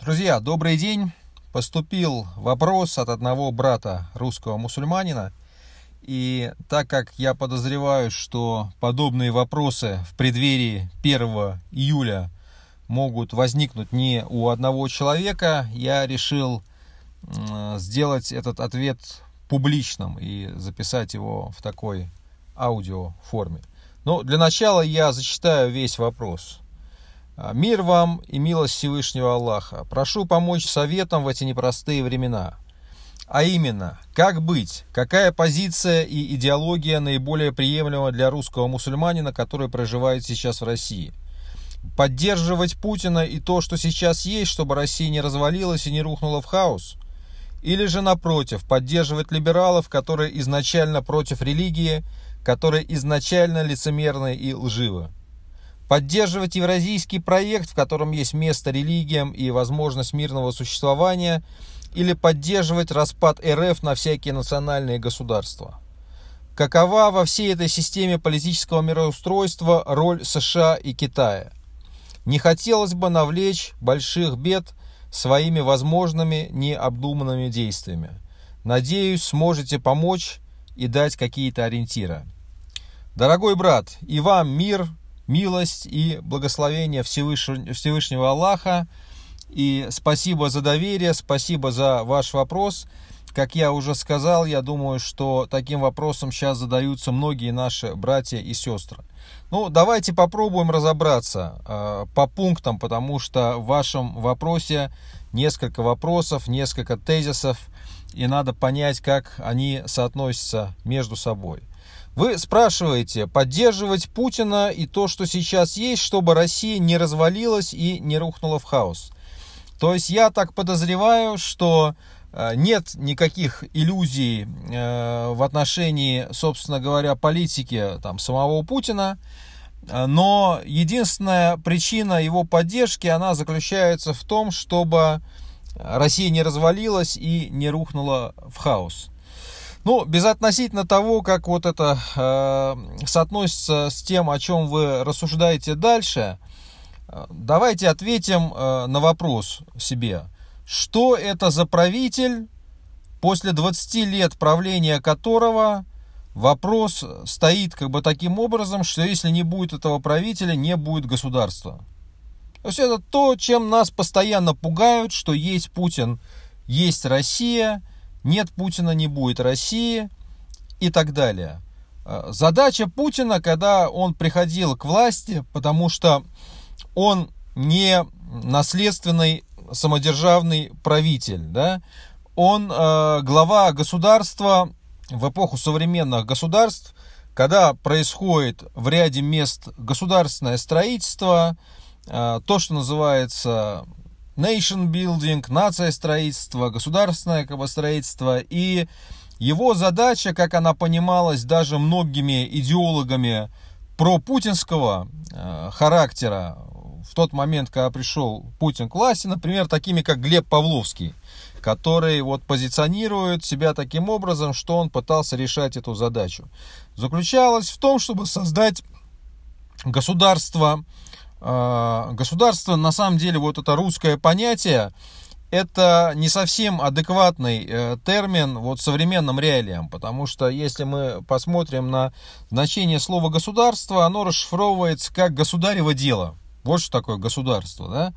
Друзья, добрый день. Поступил вопрос от одного брата русского мусульманина. И так как я подозреваю, что подобные вопросы в преддверии 1 июля могут возникнуть не у одного человека, я решил сделать этот ответ публичным и записать его в такой аудиоформе. Но для начала я зачитаю весь вопрос. Мир вам и милость Всевышнего Аллаха. Прошу помочь советам в эти непростые времена. А именно, как быть, какая позиция и идеология наиболее приемлема для русского мусульманина, который проживает сейчас в России? Поддерживать Путина и то, что сейчас есть, чтобы Россия не развалилась и не рухнула в хаос? Или же, напротив, поддерживать либералов, которые изначально против религии, которые изначально лицемерны и лживы? Поддерживать евразийский проект, в котором есть место религиям и возможность мирного существования, или поддерживать распад РФ на всякие национальные государства? Какова во всей этой системе политического мироустройства роль США и Китая? Не хотелось бы навлечь больших бед своими возможными необдуманными действиями. Надеюсь, сможете помочь и дать какие-то ориентиры. Дорогой брат, и вам мир, милость и благословение Всевышнего Аллаха. И спасибо за доверие, спасибо за ваш вопрос. Как я уже сказал, я думаю, что таким вопросом сейчас задаются многие наши братья и сестры. Ну, давайте попробуем разобраться по пунктам, потому что в вашем вопросе несколько вопросов, несколько тезисов, и надо понять, как они соотносятся между собой. Вы спрашиваете, поддерживать Путина и то, что сейчас есть, чтобы Россия не развалилась и не рухнула в хаос. То есть я так подозреваю, что нет никаких иллюзий в отношении, собственно говоря, политики самого Путина, но единственная причина его поддержки, она заключается в том, чтобы Россия не развалилась и не рухнула в хаос. Ну, безотносительно того, как вот это соотносится с тем, о чем вы рассуждаете дальше, давайте ответим на вопрос себе. Что это за правитель, после 20 лет правления которого вопрос стоит таким образом, что если не будет этого правителя, не будет государства? То есть это то, чем нас постоянно пугают, что есть Путин, есть Россия, нет Путина, не будет России и так далее. Задача Путина, когда он приходил к власти, потому что он не наследственный самодержавный правитель, да? Он глава государства в эпоху современных государств, когда происходит в ряде мест государственное строительство, то, что называется nation building, нация строительство, государственное строительство, и его задача, как она понималась даже многими идеологами пропутинского характера в тот момент, когда пришел Путин к власти, например, такими как Глеб Павловский, который позиционирует себя таким образом, что он пытался решать эту задачу, заключалась в том, чтобы создать государство. Государство, на самом деле, это русское понятие, это не совсем адекватный термин современным реалиям, потому что если мы посмотрим на значение слова государство, оно расшифровывается как государево дело. Вот что такое государство,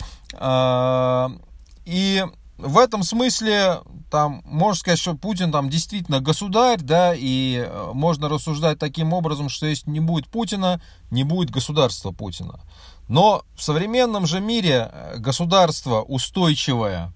да? И в этом смысле можно сказать, что Путин действительно государь, да, и можно рассуждать таким образом, что если не будет Путина, не будет государства Путина. Но в современном же мире государство устойчивое,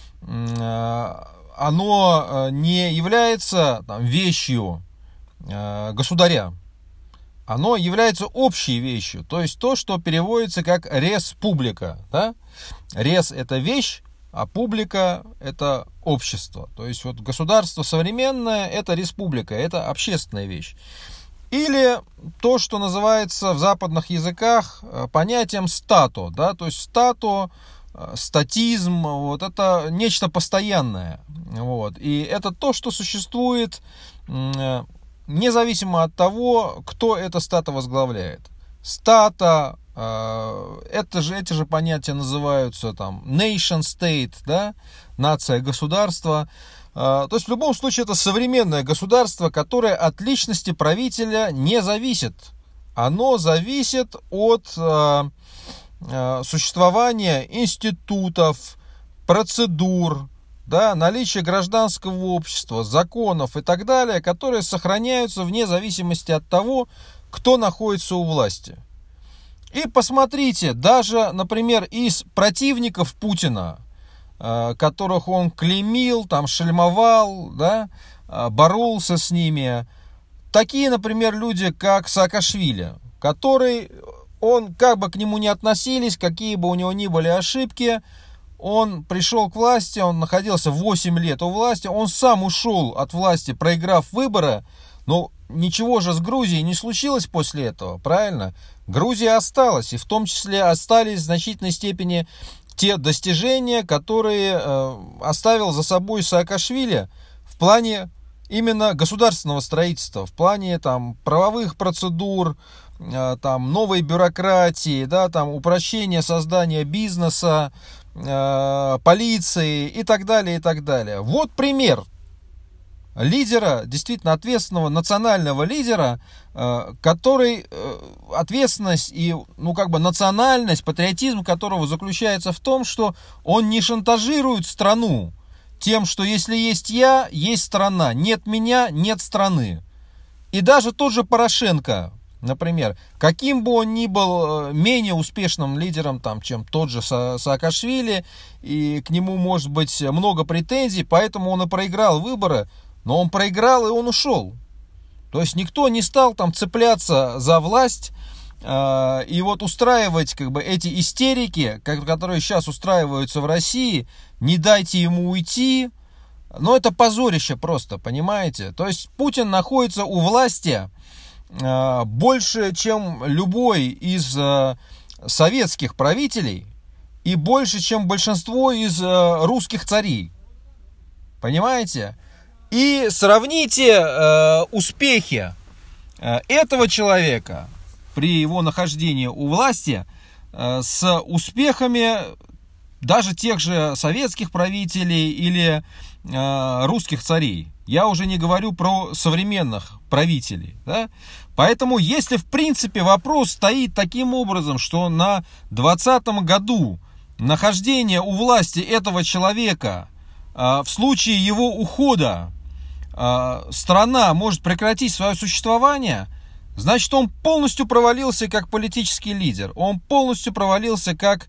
оно не является вещью государя. Оно является общей вещью, то есть то, что переводится как республика, да? Рес — это вещь, а публика — это общество. То есть государство современное — это республика, это общественная вещь. Или то, что называется в западных языках понятием стато, да? То есть стато, статизм, это нечто постоянное. И это то, что существует независимо от того, кто это стато возглавляет. Стато эти же понятия называются там nation state, да, нация, государство. То есть в любом случае это современное государство, которое от личности правителя не зависит. Оно зависит от существования институтов, процедур, да, наличия гражданского общества, законов и так далее, которые сохраняются вне зависимости от того, кто находится у власти. И посмотрите, даже, например, из противников Путина, которых он клеймил, там, шельмовал, да, боролся с ними, такие, например, люди, как Саакашвили, который, он, как бы к нему ни относились, какие бы у него ни были ошибки, он пришел к власти, он находился 8 лет у власти, он сам ушел от власти, проиграв выборы, но ничего же с Грузией не случилось после этого, правильно? Грузия осталась, и в том числе остались в значительной степени те достижения, которые оставил за собой Саакашвили в плане именно государственного строительства, в плане там правовых процедур, там новой бюрократии, да, там упрощения создания бизнеса, полиции и так далее, и так далее. Вот пример лидера, действительно ответственного национального лидера, который ответственность и, ну, как бы национальность, патриотизм которого заключается в том, что он не шантажирует страну тем, что если есть я, есть страна, нет меня, нет страны. И даже тот же Порошенко, например, каким бы он ни был менее успешным лидером, там, чем тот же Саакашвили, и к нему может быть много претензий, поэтому он и проиграл выборы, но он проиграл, и он ушел. То есть никто не стал там цепляться за власть и вот устраивать как бы эти истерики, которые сейчас устраиваются в России, не дайте ему уйти. Но это позорище просто, понимаете? То есть Путин находится у власти больше, чем любой из советских правителей и больше, чем большинство из русских царей. Понимаете? И сравните успехи этого человека при его нахождении у власти с успехами даже тех же советских правителей или русских царей. Я уже не говорю про современных правителей. Да? Поэтому, если в принципе вопрос стоит таким образом, что на 2020 году нахождение у власти этого человека, в случае его ухода, страна может прекратить свое существование, значит, он полностью провалился как политический лидер. Он полностью провалился как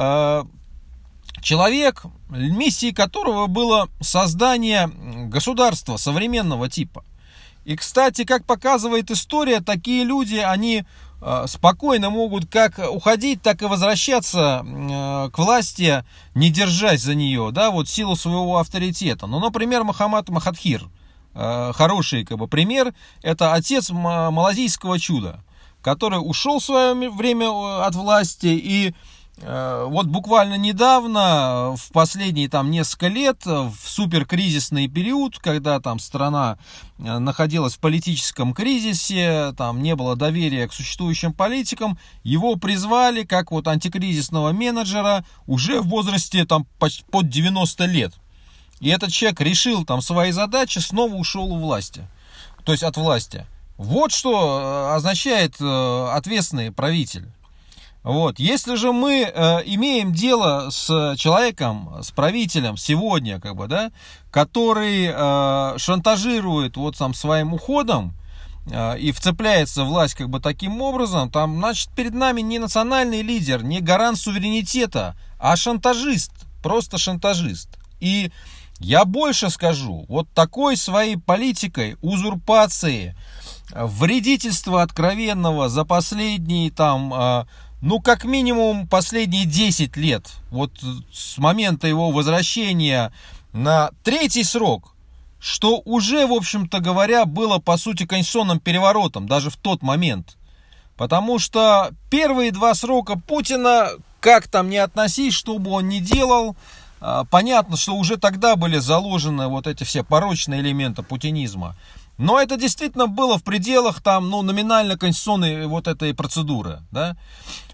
человек, миссией которого было создание государства современного типа. И, кстати, как показывает история, такие люди, они спокойно могут как уходить, так и возвращаться к власти, не держась за нее, да, вот в силу своего авторитета. Ну, например, Мохаммад Махатхир, хороший как бы пример, это отец малазийского чуда, который ушел в свое время от власти и вот буквально недавно, в последние там несколько лет, в суперкризисный период, когда там страна находилась в политическом кризисе, там не было доверия к существующим политикам, его призвали как вот антикризисного менеджера уже в возрасте там почти под 90 лет. И этот человек решил там свои задачи, снова ушел у власти, то есть от власти. Вот что означает ответственный правитель. Вот. Если же мы имеем дело с человеком, с правителем сегодня, как бы, да, который шантажирует вот там своим уходом и вцепляется в власть как бы таким образом, там, значит, перед нами не национальный лидер, не гарант суверенитета, а шантажист, просто шантажист. И я больше скажу, вот такой своей политикой узурпации, вредительства откровенного за последние там... Ну, как минимум, последние 10 лет, вот с момента его возвращения на третий срок, что уже, в общем-то говоря, было, по сути, конституционным переворотом, даже в тот момент. Потому что первые 2 срока Путина, как там ни относись, что бы он ни делал, понятно, что уже тогда были заложены вот эти все порочные элементы путинизма. Но это действительно было в пределах там, ну, номинально конституционной вот этой процедуры, да.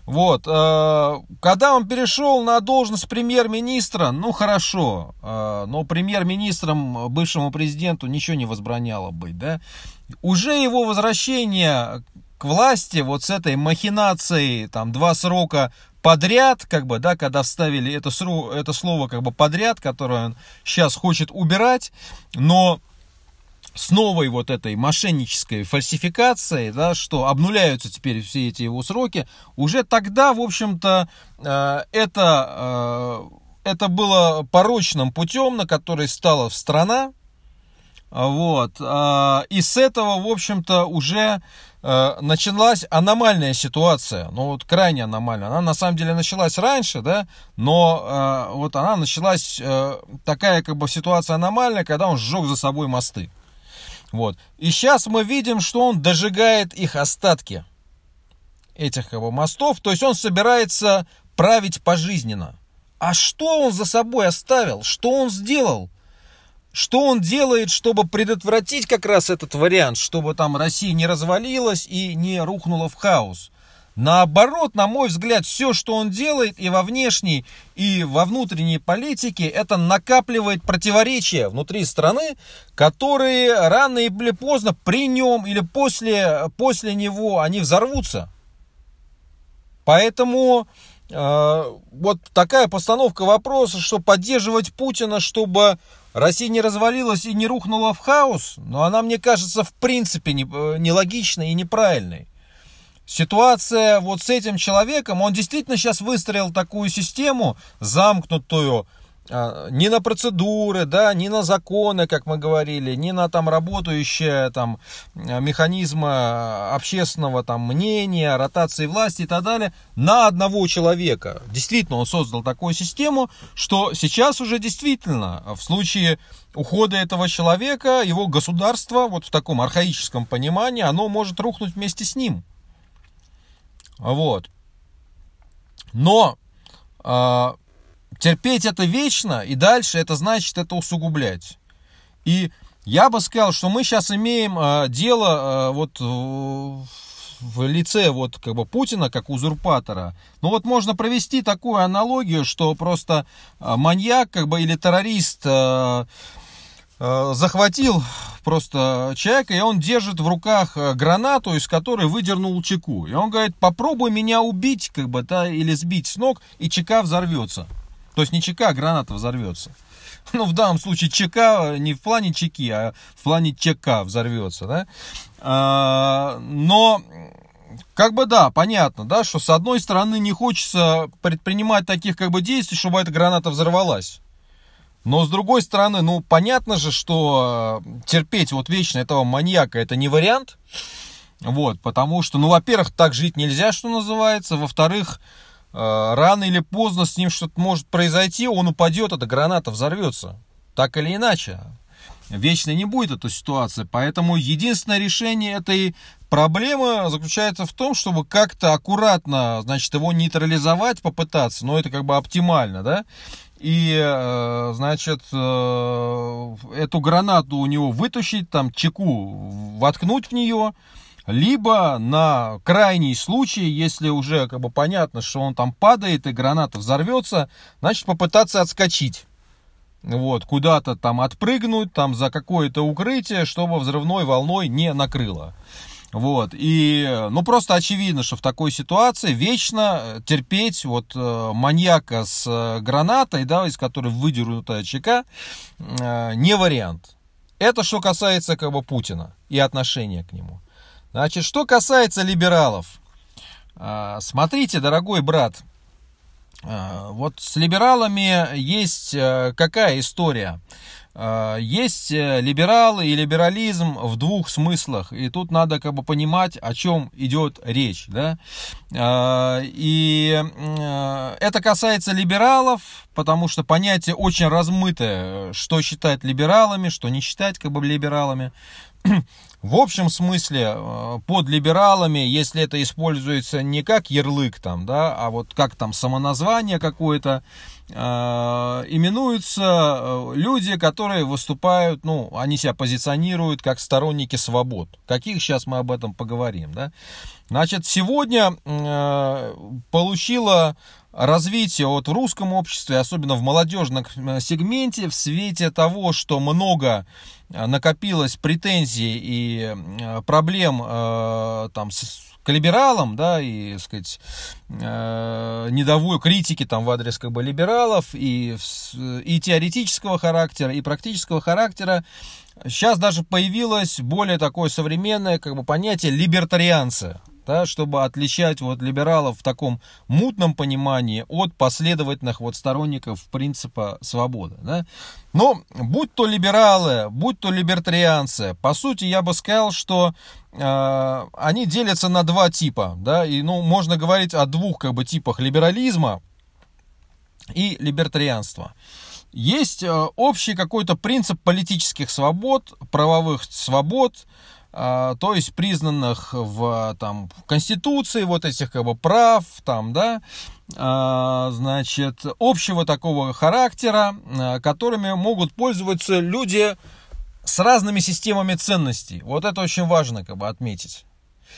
Вот, когда он перешел на должность премьер-министра, ну хорошо, но премьер-министром бывшему президенту ничего не возбраняло быть, да. Уже его возвращение к власти вот с этой махинацией, там, 2 срока подряд, как бы, да, когда вставили это слово, как бы, подряд, которое он сейчас хочет убирать, но с новой вот этой мошеннической фальсификацией, да, что обнуляются теперь все эти его сроки, уже тогда, в общем-то, это было порочным путем, на который стала страна, вот, и с этого, в общем-то, уже началась аномальная ситуация, ну вот крайне аномальная, она на самом деле началась раньше, да, но вот она началась, такая как бы ситуация аномальная, когда он сжег за собой мосты. Вот. И сейчас мы видим, что он дожигает их остатки, этих как бы мостов, то есть он собирается править пожизненно. А что он за собой оставил? Что он сделал? Что он делает, чтобы предотвратить как раз этот вариант, чтобы там Россия не развалилась и не рухнула в хаос? Наоборот, на мой взгляд, все, что он делает и во внешней, и во внутренней политике, это накапливает противоречия внутри страны, которые рано или поздно при нем или после него они взорвутся. Поэтому вот такая постановка вопроса, что поддерживать Путина, чтобы Россия не развалилась и не рухнула в хаос, но она, мне кажется, в принципе нелогичной и неправильной. Ситуация вот с этим человеком, он действительно сейчас выстроил такую систему, замкнутую, не на процедуры, да, не на законы, как мы говорили, не на там работающие там механизмы общественного там мнения, ротации власти и так далее, на одного человека. Действительно, он создал такую систему, что сейчас уже действительно в случае ухода этого человека, его государство, вот в таком архаическом понимании, оно может рухнуть вместе с ним. Вот. Но терпеть это вечно, и дальше это значит это усугублять. И я бы сказал, что мы сейчас имеем дело вот в лице вот как бы Путина как узурпатора. Ну вот можно провести такую аналогию, что просто маньяк как бы или террорист захватил просто человека, и он держит в руках гранату, из которой выдернул чеку. И он говорит: попробуй меня убить, как бы, да, или сбить с ног, и чека взорвется. То есть не чека, а граната взорвется. Ну, в данном случае чека не в плане чеки, а в плане чека взорвется, да. Но, как бы, да, понятно, да, что с одной стороны не хочется предпринимать таких, как бы, действий, чтобы эта граната взорвалась. Но с другой стороны, ну, понятно же, что терпеть вот вечно этого маньяка — это не вариант. Вот, потому что, ну, во-первых, так жить нельзя, что называется. Во-вторых, рано или поздно с ним что-то может произойти, он упадет, эта граната взорвется. Так или иначе. Вечно не будет эта ситуация. Поэтому единственное решение этой проблемы заключается в том, чтобы как-то аккуратно, значит, его нейтрализовать, попытаться. Но это как бы оптимально, да? И, значит, эту гранату у него вытащить, там, чеку воткнуть в нее, либо на крайний случай, если уже как бы понятно, что он там падает и граната взорвется, значит, попытаться отскочить. Вот, куда-то там отпрыгнуть, там, за какое-то укрытие, чтобы взрывной волной не накрыло. Вот, и, ну, просто очевидно, что в такой ситуации вечно терпеть вот маньяка с гранатой, да, из которой выдернутая чека, не вариант. Это что касается, как бы, Путина и отношения к нему. Значит, что касается либералов. Смотрите, дорогой брат, вот с либералами есть какая история? Есть либералы и либерализм в двух смыслах, и тут надо как бы понимать, о чем идет речь, да? И это касается либералов, потому что понятие очень размытое, что считать либералами, что не считать как бы либералами. в общем смысле под либералами, если это используется не как ярлык там, да, а вот как там самоназвание какое-то, именуются люди, которые выступают, ну, они себя позиционируют как сторонники свобод. Каких, сейчас мы об этом поговорим, да. Значит, сегодня получила развитие вот в русском обществе, особенно в молодежном сегменте, в свете того, что много накопилось претензий и проблем там к либералам, да, и, так сказать, критики там в адрес как бы либералов и теоретического характера, и практического характера. Сейчас даже появилось более такое современное как бы понятие либертарианцы, да, чтобы отличать вот либералов в таком мутном понимании от последовательных вот сторонников принципа свободы, да. Но будь то либералы, будь то либертарианцы, по сути я бы сказал, что они делятся на два типа, да, и ну можно говорить о двух как бы типах либерализма и либертарианства. Есть общий какой-то принцип политических свобод, правовых свобод, то есть признанных в там, Конституции, вот этих как бы прав, там, да, значит, общего такого характера, которыми могут пользоваться люди с разными системами ценностей. Вот это очень важно как бы отметить.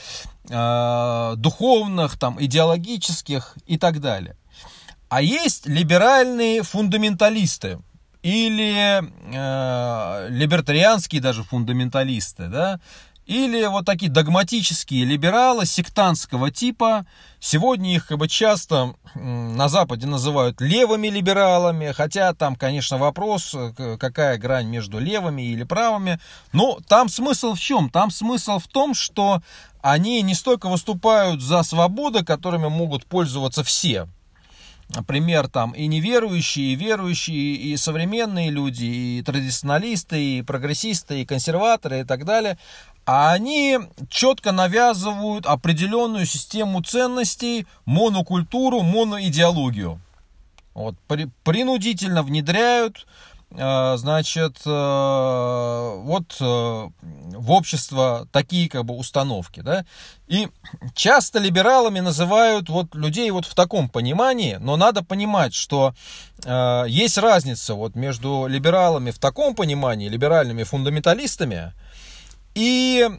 Духовных, там, идеологических и так далее. А есть либеральные фундаменталисты или либертарианские даже фундаменталисты, да, или вот такие догматические либералы сектантского типа. Сегодня их как бы часто на Западе называют левыми либералами, хотя там, конечно, вопрос, какая грань между левыми или правыми. Но там смысл в чем? Там смысл в том, что они не столько выступают за свободы, которыми могут пользоваться все. Например, там и неверующие, и верующие, и современные люди, и традиционалисты, и прогрессисты, и консерваторы, и так далее. А они четко навязывают определенную систему ценностей, монокультуру, моноидеологию. Вот, принудительно внедряют, значит, вот в общество такие как бы установки, да. И часто либералами называют вот людей вот в таком понимании, но надо понимать, что есть разница вот между либералами в таком понимании, либеральными фундаменталистами и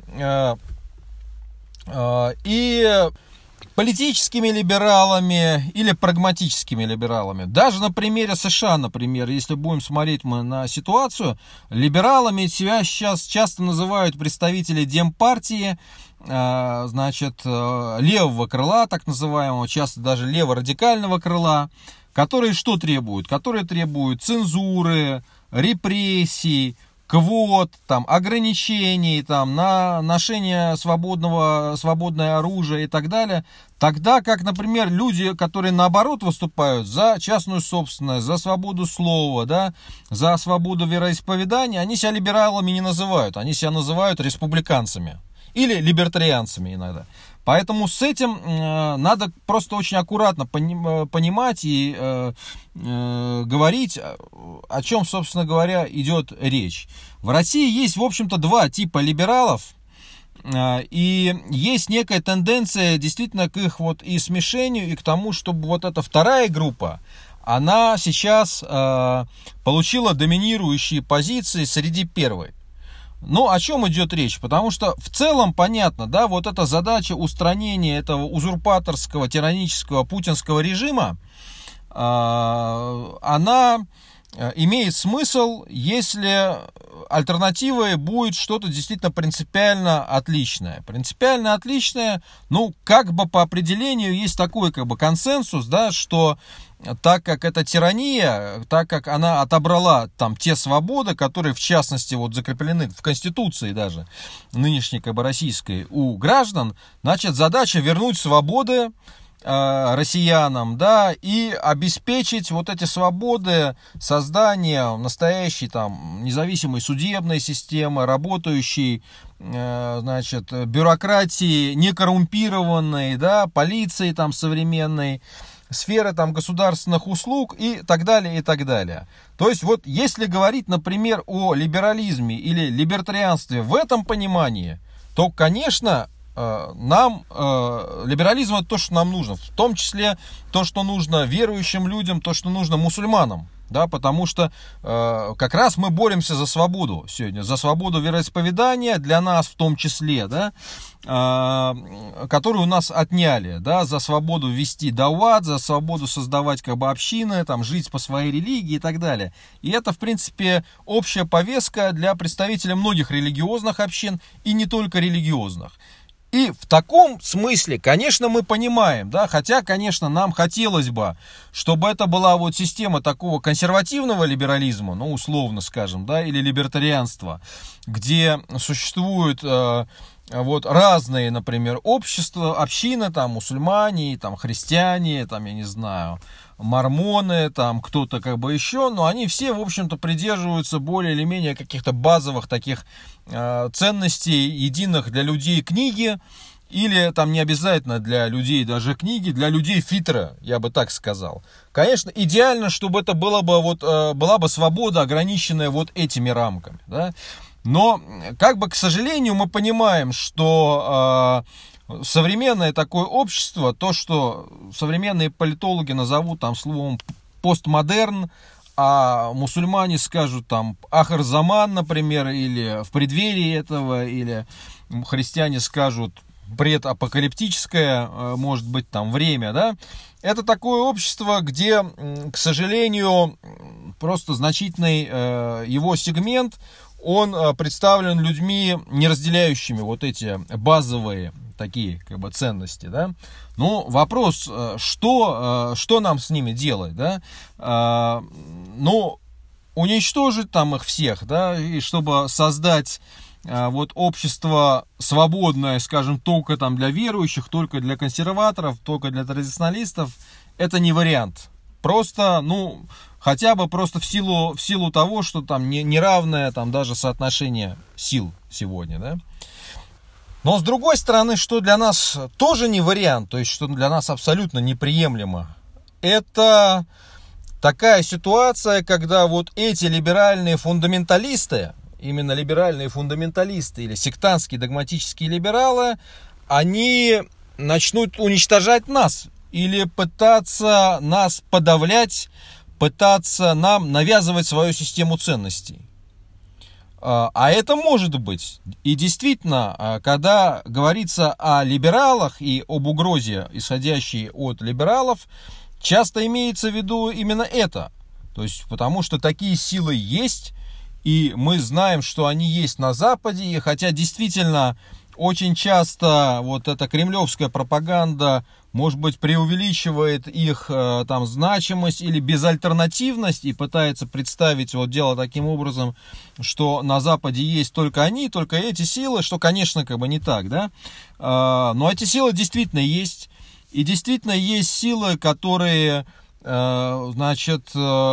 политическими либералами или прагматическими либералами. Даже на примере США, например, если будем смотреть мы на ситуацию, либералами себя сейчас часто называют представители Демпартии, значит, левого крыла, так называемого, часто даже леворадикального крыла, которые что требуют? Которые требуют цензуры, репрессий, квот, там, ограничений там, на ношение свободное оружие и так далее. Тогда как, например, люди, которые наоборот выступают за частную собственность, за свободу слова, да, за свободу вероисповедания, они себя либералами не называют, они себя называют республиканцами или либертарианцами иногда. Поэтому с этим надо просто очень аккуратно понимать и говорить, о чем, собственно говоря, идет речь. В России есть, в общем-то, два типа либералов, и есть некая тенденция действительно к их вот и смешению, и к тому, чтобы вот эта вторая группа, она сейчас получила доминирующие позиции среди первой. Ну, о чем идет речь? Потому что в целом понятно, да, вот эта задача устранения этого узурпаторского, тиранического, путинского режима, она имеет смысл, если альтернативой будет что-то действительно принципиально отличное. Принципиально отличное, ну, как бы по определению есть такой как бы консенсус, да, что так как это тирания, так как она отобрала там те свободы, которые в частности вот закреплены в Конституции даже нынешней как бы российской у граждан, значит задача вернуть свободы россиянам, да, и обеспечить вот эти свободы создания настоящей там независимой судебной системы, работающей, значит, бюрократии некоррумпированной, да, полиции там современной, сферы там государственных услуг и так далее, и так далее. То есть вот если говорить, например, о либерализме или либертарианстве в этом понимании, то, конечно, нам либерализм — это то, что нам нужно, в том числе то, что нужно верующим людям, то, что нужно мусульманам. Да, потому что как раз мы боремся за свободу сегодня, за свободу вероисповедания для нас в том числе, да, которую у нас отняли, да, за свободу вести дауат, за свободу создавать как бы общины, там, жить по своей религии и так далее. И это, в принципе, общая повестка для представителей многих религиозных общин и не только религиозных. И в таком смысле, конечно, мы понимаем, да, хотя, конечно, нам хотелось бы, чтобы это была вот система такого консервативного либерализма, ну, условно скажем, да, или либертарианства, где существуют вот разные, например, общества, общины, там, мусульмане, там, христиане, там, я не знаю, мормоны, там, кто-то как бы еще, но они все, в общем-то, придерживаются более или менее каких-то базовых таких ценностей, единых для людей книги, или там не обязательно для людей даже книги, для людей фитра, я бы так сказал. Конечно, идеально, чтобы это было бы, вот, была бы свобода, ограниченная вот этими рамками, да? Но, как бы, к сожалению, мы понимаем, что современное такое общество, то, что современные политологи назовут там словом постмодерн, а мусульмане скажут там ахр-заман, например, или в преддверии этого, или христиане скажут предапокалиптическое, может быть, там время, да, это такое общество, где, к сожалению, просто значительный его сегмент, он представлен людьми, не разделяющими вот эти базовые такие как бы ценности, да. Ну, вопрос, что нам с ними делать, да? Ну, уничтожить там их всех, да, и чтобы создать вот общество свободное, скажем, только там для верующих, только для консерваторов, только для традиционалистов, это не вариант. Просто, ну, хотя бы просто в силу того, что там неравное там даже соотношение сил сегодня, да. Но с другой стороны, что для нас тоже не вариант, то есть что для нас абсолютно неприемлемо, это такая ситуация, когда вот эти либеральные фундаменталисты, именно либеральные фундаменталисты или сектантские догматические либералы, они начнут уничтожать нас или пытаться нас подавлять, пытаться нам навязывать свою систему ценностей. А это может быть. И действительно, когда говорится о либералах и об угрозе, исходящей от либералов, часто имеется в виду именно это. То есть, потому что такие силы есть, и мы знаем, что они есть на Западе, и хотя действительно очень часто вот эта кремлевская пропаганда, может быть, преувеличивает их там значимость или безальтернативность и пытается представить вот дело таким образом, что на Западе есть только они, только эти силы, что, конечно, как бы не так, да, но эти силы действительно есть, и действительно есть силы, которые, значит,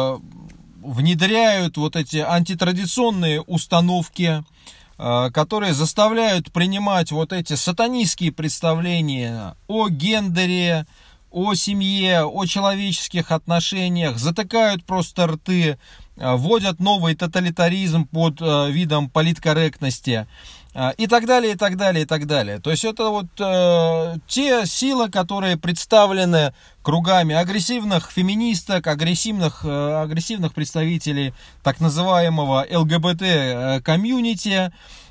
внедряют вот эти антитрадиционные установки, которые заставляют принимать вот эти сатанистские представления о гендере, о семье, о человеческих отношениях, затыкают просто рты, вводят новый тоталитаризм под видом политкорректности и так далее, и так далее, и так далее. То есть это вот те силы, которые представлены кругами агрессивных феминисток, агрессивных представителей так называемого ЛГБТ-комьюнити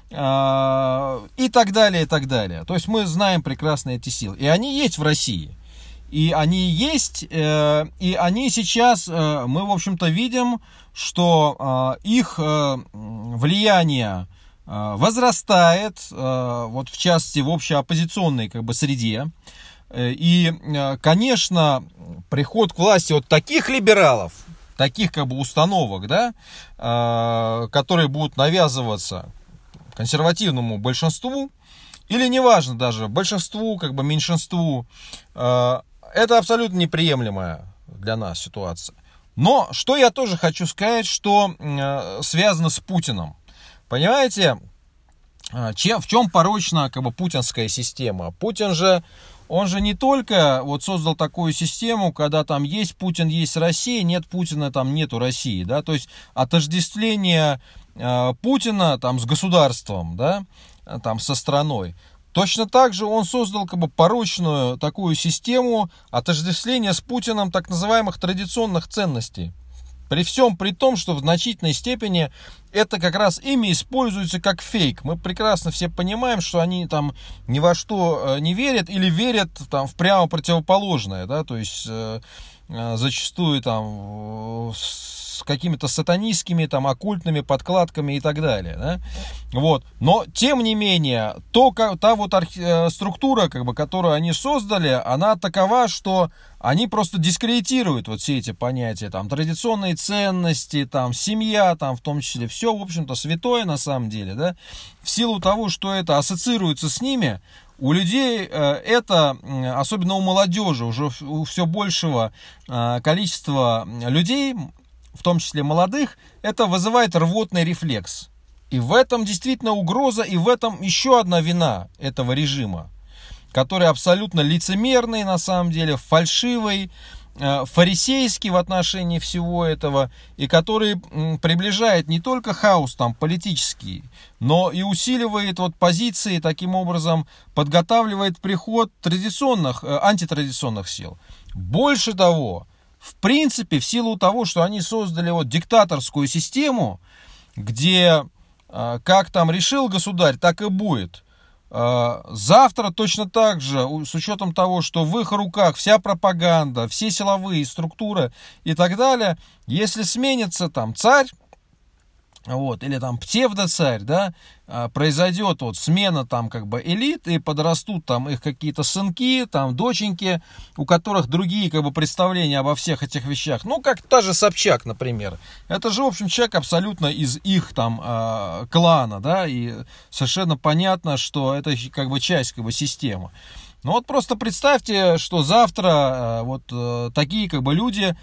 и так далее, и так далее. То есть мы знаем прекрасно эти силы. И они есть в России. И они есть, и они сейчас, мы, в общем-то, видим, что их влияние возрастает, вот в частности, в общеоппозиционной как бы среде. И, конечно, приход к власти вот таких либералов, таких как бы установок, да, которые будут навязываться консервативному большинству, или неважно даже, большинству, как бы меньшинству, это абсолютно неприемлемая для нас ситуация. Но что я тоже хочу сказать, что связано с Путиным. Понимаете, в чем порочна как бы путинская система? Путин же, он же не только вот создал такую систему, когда там есть Путин, есть Россия, нет Путина, там нету России, да, то есть отождествление Путина там с государством, да, там со страной. Точно так же он создал как бы порочную такую систему отождествления с Путиным так называемых традиционных ценностей. При всем при том, что в значительной степени это как раз ими используется как фейк. Мы прекрасно все понимаем, что они там ни во что не верят или верят там в прямо противоположное, да, то есть зачастую там с какими-то сатанистскими, там, оккультными подкладками и так далее, да? Вот. Но, тем не менее, та вот структура, как бы, которую они создали, она такова, что они просто дискредитируют вот все эти понятия, там, традиционные ценности, там, семья, там, в том числе, все, в общем-то, святое на самом деле, да? В силу того, что это ассоциируется с ними, у людей это, особенно у молодежи, уже у все большего количества людей, в том числе молодых, это вызывает рвотный рефлекс. И в этом действительно угроза, и в этом еще одна вина этого режима, который абсолютно лицемерный, на самом деле, фальшивый, фарисейский в отношении всего этого, и который приближает не только хаос там политический, но и усиливает вот позиции, таким образом подготавливает приход антитрадиционных сил. Больше того, в принципе, в силу того, что они создали вот диктаторскую систему, где как там решил государь, так и будет. Завтра точно так же, с учетом того, что в их руках вся пропаганда, все силовые структуры и так далее, если сменится там царь, вот, или там псевдоцарь, да, произойдет вот смена там как бы элит, и подрастут там их какие-то сынки, там доченьки, у которых другие как бы представления обо всех этих вещах, ну как та же Собчак, например, это же в общем человек абсолютно из их там клана, да, и совершенно понятно, что это как бы часть как бы системы. Ну вот просто представьте, что завтра вот такие как бы люди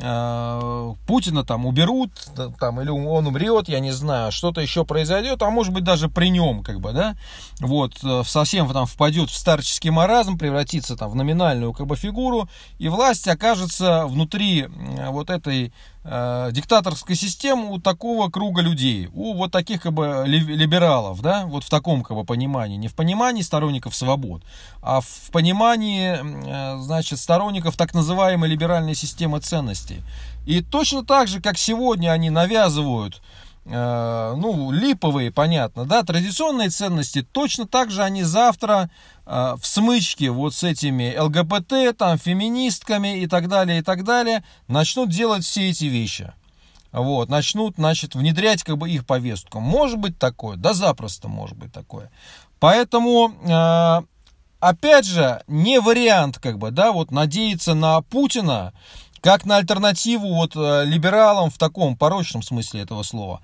Путина там уберут, там, или он умрет, я не знаю, что-то еще произойдет, а может быть даже при нем, как бы, да, вот, совсем там впадет в старческий маразм, превратится там в номинальную как бы фигуру, и власть окажется внутри вот этой диктаторской системы у такого круга людей, у вот таких как бы либералов, да, вот в таком как бы понимании, не в понимании сторонников свобод, а в понимании, значит, сторонников так называемой либеральной системы ценностей. И точно так же, как сегодня они навязывают, ну, липовые, понятно, да, традиционные ценности, точно так же они завтра в смычке вот с этими ЛГБТ, там, феминистками и так далее, начнут делать все эти вещи. Вот, начнут, значит, внедрять как бы их повестку. Может быть такое, да запросто может быть такое. Поэтому, опять же, не вариант, как бы, да, вот надеяться на Путина, как на альтернативу вот либералам в таком порочном смысле этого слова.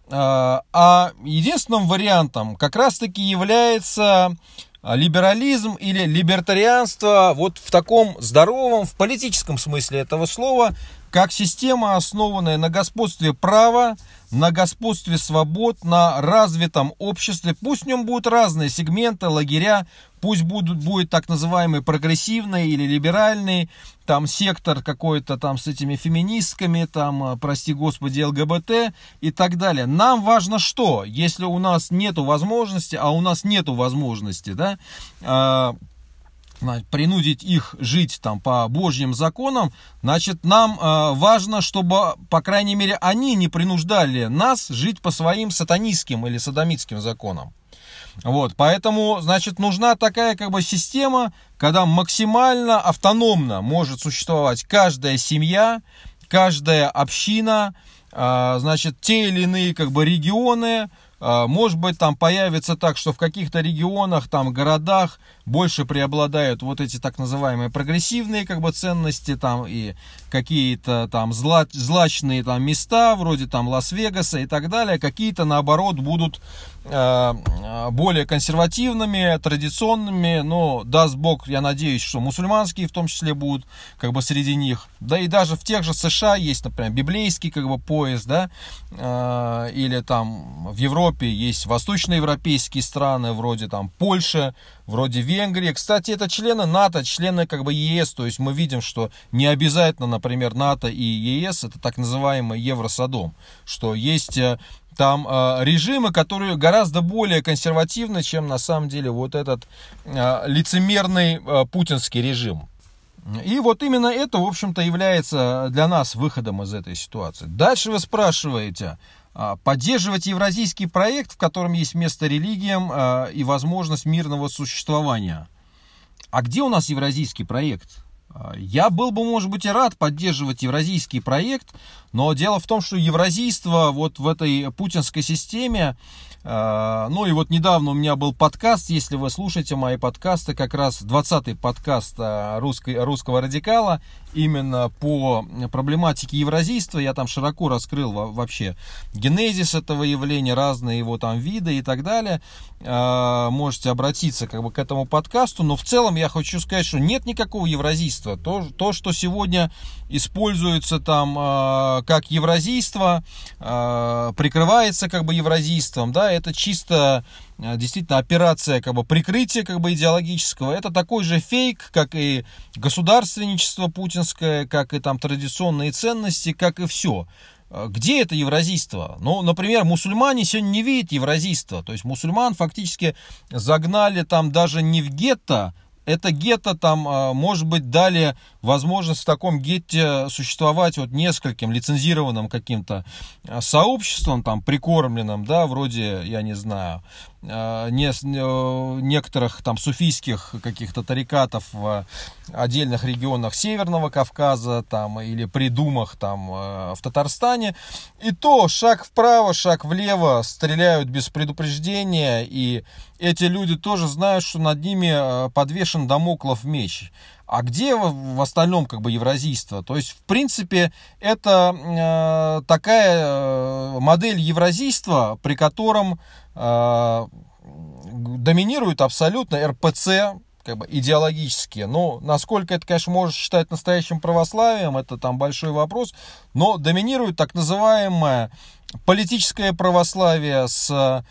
А единственным вариантом как раз-таки является либерализм или либертарианство вот в таком здоровом, в политическом смысле этого слова, как система, основанная на господстве права, на господстве свобод, на развитом обществе. Пусть в нем будут разные сегменты, лагеря, пусть будет так называемый прогрессивный или либеральный там сектор какой-то там с этими феминистками, там, прости господи, ЛГБТ и так далее. Нам важно что? Если у нас нету возможности, а у нас нету возможности, да, принудить их жить там по Божьим законам, значит, нам важно, чтобы, по крайней мере, они не принуждали нас жить по своим сатанистским или содомитским законам. Вот, поэтому, значит, нужна такая как бы система, когда максимально автономно может существовать каждая семья, каждая община, значит, те или иные как бы регионы. Может быть, там появится так, что в каких-то регионах, там, городах больше преобладают вот эти так называемые прогрессивные как бы ценности, там, и какие-то там злачные там места, вроде там Лас-Вегаса и так далее, какие-то, наоборот, будут более консервативными, традиционными, но даст Бог, я надеюсь, что мусульманские в том числе будут как бы среди них. Да и даже в тех же США есть, например, библейский как бы пояс, да, или там в Европе Европе, есть восточноевропейские страны, вроде там Польши, вроде Венгрии. Кстати, это члены НАТО, члены как бы ЕС, то есть мы видим, что не обязательно, например, НАТО и ЕС, это так называемый Евросодом, что есть там режимы, которые гораздо более консервативны, чем на самом деле вот этот лицемерный путинский режим. И вот именно это, в общем-то, является для нас выходом из этой ситуации. Дальше вы спрашиваете, поддерживать евразийский проект, в котором есть место религиям и возможность мирного существования. А где у нас евразийский проект? Я был бы, может быть, и рад поддерживать евразийский проект, но дело в том, что евразийство вот в этой путинской системе, ну и вот недавно у меня был подкаст, если вы слушаете мои подкасты, как раз 20-й подкаст русского радикала, именно по проблематике евразийства, я там широко раскрыл вообще генезис этого явления, разные его там виды и так далее, можете обратиться как бы к этому подкасту, но в целом я хочу сказать, что нет никакого евразийства, то что сегодня используется там как евразийство, прикрывается как бы евразийством, да, это чисто действительно операция как бы прикрытия как бы идеологического, это такой же фейк, как и государственничество путинское, как и там традиционные ценности, как и все. Где это евразийство? Ну, например, мусульмане сегодня не видят евразийства, то есть мусульман фактически загнали там даже не в гетто, это гетто там, может быть, дали возможность в таком гетте существовать вот нескольким лицензированным каким-то сообществом, там, прикормленным, да, вроде, я не знаю, некоторых там суфийских каких-то тарикатов в отдельных регионах Северного Кавказа, там, или при думах там в Татарстане. И то шаг вправо, шаг влево, стреляют без предупреждения, и эти люди тоже знают, что над ними подвешен дамоклов меч. А где в остальном как бы евразийство? То есть, в принципе, это такая модель евразийства, при котором доминирует абсолютно РПЦ, как бы идеологические. Но насколько это, конечно, можно считать настоящим православием, это там большой вопрос. Но доминирует так называемое политическое православие с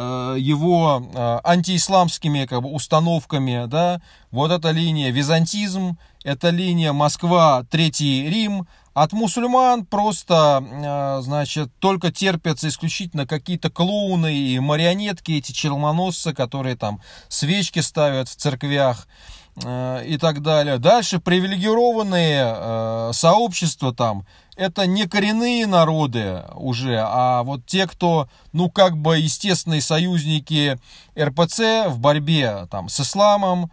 его антиисламскими как бы установками, да, вот эта линия византизм, это линия Москва, Третий Рим. От мусульман просто, значит, только терпятся исключительно какие-то клоуны и марионетки, эти челмоносцы, которые там свечки ставят в церквях и так далее. Дальше привилегированные сообщества там, это не коренные народы уже, а вот те, кто, ну, как бы естественные союзники РПЦ в борьбе там с исламом,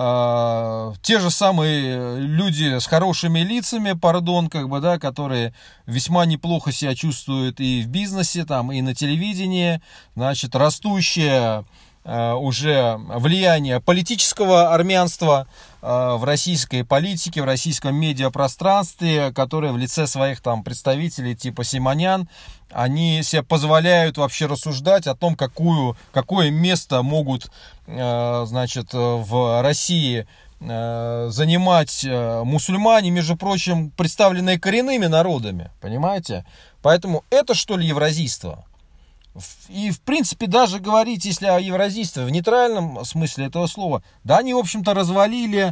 те же самые люди с хорошими лицами, пардон, как бы, да, которые весьма неплохо себя чувствуют и в бизнесе, там, и на телевидении, значит, растущее уже влияние политического армянства в российской политике, в российском медиапространстве, которые в лице своих там представителей типа Симонян, они себе позволяют вообще рассуждать о том, какое место могут, значит, в России занимать мусульмане, между прочим, представленные коренными народами, понимаете? Поэтому это, что ли, евразийство? И, в принципе, даже говорить, если о евразийстве в нейтральном смысле этого слова, да, они, в общем-то, развалили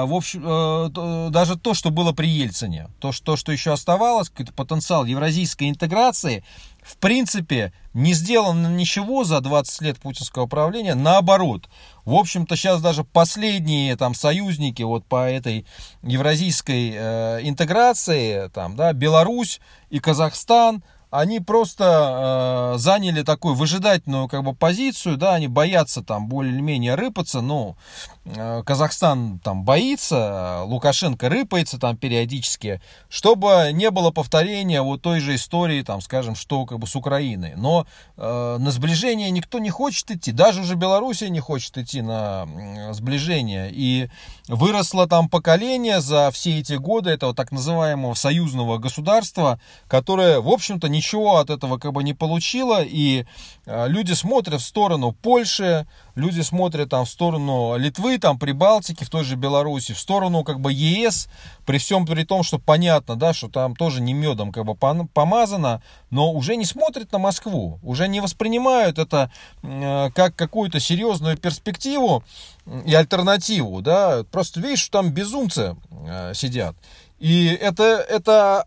даже то, что было при Ельцине. То, что еще оставалось, какой-то потенциал евразийской интеграции, в принципе, не сделано ничего за 20 лет путинского правления. Наоборот, в общем-то, сейчас даже последние там союзники вот по этой евразийской интеграции, там, да, Беларусь и Казахстан, они просто заняли такую выжидательную как бы позицию, да, они боятся там более-менее рыпаться, но Казахстан там боится, Лукашенко рыпается там периодически, чтобы не было повторения вот той же истории, там, скажем, что как бы с Украиной. Но на сближение никто не хочет идти, даже уже Белоруссия не хочет идти на сближение, и выросло там поколение за все эти годы этого так называемого союзного государства, которое, в общем-то, ничего от этого как бы не получила, и люди смотрят в сторону Польши, люди смотрят там в сторону Литвы, там Прибалтики, в той же Беларуси, в сторону как бы ЕС, при всем при том, что понятно, да, что там тоже не медом как бы помазано, но уже не смотрят на Москву, уже не воспринимают это как какую-то серьезную перспективу и альтернативу, да, просто видишь, что там безумцы сидят. И это